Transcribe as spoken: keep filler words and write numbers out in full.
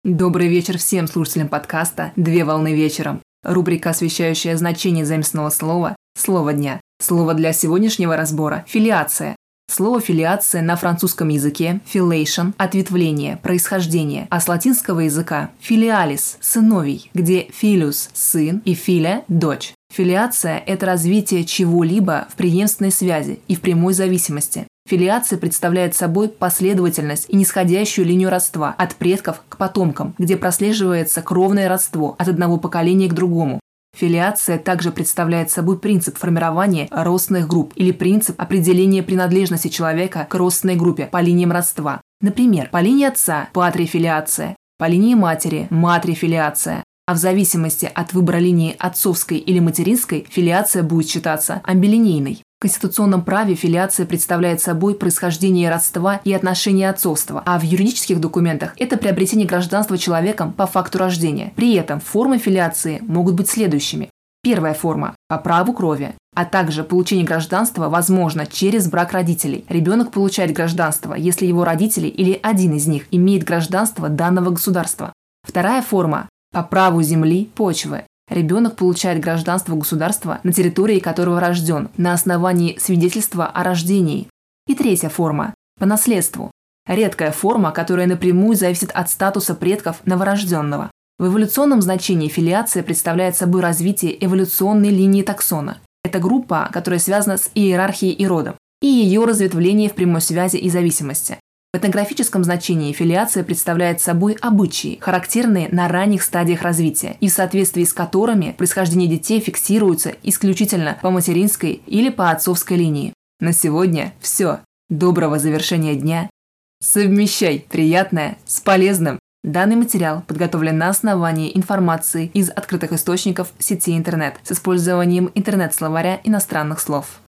Добрый вечер всем слушателям подкаста «Две волны вечером». Рубрика, освещающая значение заимственного слова «Слово дня». Слово для сегодняшнего разбора – филиация. Слово «филиация» на французском языке «filiation» – ответвление, происхождение, а с латинского языка «filialis» – сыновий, где «filius» – сын и «filia» – дочь. Филиация – это развитие чего-либо в преемственной связи и в прямой зависимости. Филиация представляет собой последовательность и нисходящую линию родства от предков к потомкам, где прослеживается кровное родство от одного поколения к другому. Филиация также представляет собой принцип формирования родственных групп или принцип определения принадлежности человека к родственной группе по линиям родства. Например, по линии отца – патрифилиация, по линии матери – матрифилиация. А в зависимости от выбора линии отцовской или материнской, филиация будет считаться амбилинейной. В конституционном праве филиация представляет собой происхождение родства и отношения отцовства, а в юридических документах это приобретение гражданства человеком по факту рождения. При этом формы филиации могут быть следующими. Первая форма – по праву крови, а также получение гражданства возможно через брак родителей. Ребенок получает гражданство, если его родители или один из них имеет гражданство данного государства. Вторая форма – по праву земли, почвы. Ребенок получает гражданство государства, на территории которого рожден, на основании свидетельства о рождении. И третья форма – по наследству. Редкая форма, которая напрямую зависит от статуса предков новорожденного. В эволюционном значении филиация представляет собой развитие эволюционной линии таксона. Это группа, которая связана с иерархией и родом, и ее разветвление в прямой связи и зависимости. В этнографическом значении филиация представляет собой обычаи, характерные на ранних стадиях развития, и в соответствии с которыми происхождение детей фиксируется исключительно по материнской или по отцовской линии. На сегодня все. Доброго завершения дня. Совмещай приятное с полезным. Данный материал подготовлен на основании информации из открытых источников сети интернет с использованием интернет-словаря иностранных слов.